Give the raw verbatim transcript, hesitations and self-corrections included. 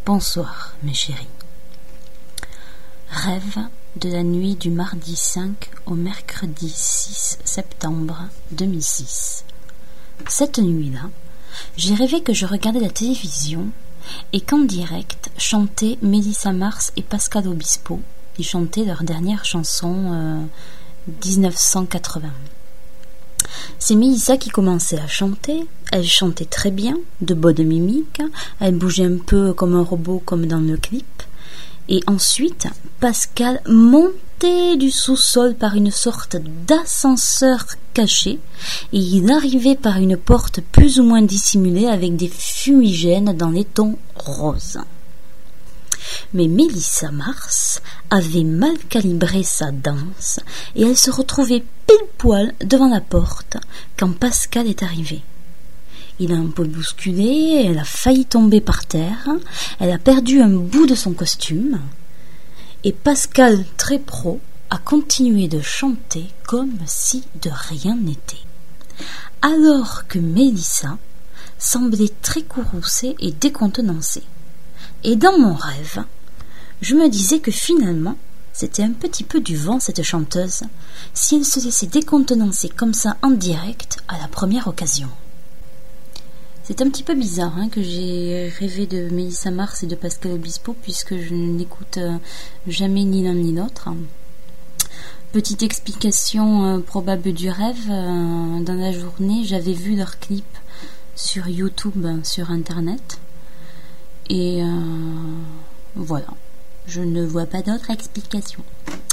Bonsoir, mes chéris. Rêve de la nuit du mardi cinq au mercredi six septembre deux mille six. Cette nuit-là, j'ai rêvé que je regardais la télévision et qu'en direct chantaient Mélissa Mars et Pascal Obispo. Ils chantaient leur dernière chanson euh, dix-neuf cent quatre-vingts. C'est Mélissa qui commençait à chanter. Elle chantait très bien, de bonne mimique. Elle bougeait un peu comme un robot, comme dans le clip. Et ensuite, Pascal montait du sous-sol par une sorte d'ascenseur caché et il arrivait par une porte plus ou moins dissimulée avec des fumigènes dans les tons roses. Mais Mélissa Mars avait mal calibré sa danse et elle se retrouvait pile poil devant la porte quand Pascal est arrivé. Il a un peu bousculé, elle a failli tomber par terre, elle a perdu un bout de son costume et Pascal, très pro, a continué de chanter comme si de rien n'était. Alors que Mélissa semblait très courroucée et décontenancée. Et dans mon rêve, je me disais que finalement, c'était un petit peu du vent cette chanteuse, si elle se laissait décontenancer comme ça en direct à la première occasion. C'est un petit peu bizarre hein, que j'ai rêvé de Mélissa Mars et de Pascal Obispo puisque je n'écoute euh, jamais ni l'un ni l'autre. Petite explication euh, probable du rêve, euh, dans la journée j'avais vu leur clip sur YouTube, sur internet et euh, voilà, je ne vois pas d'autre explication.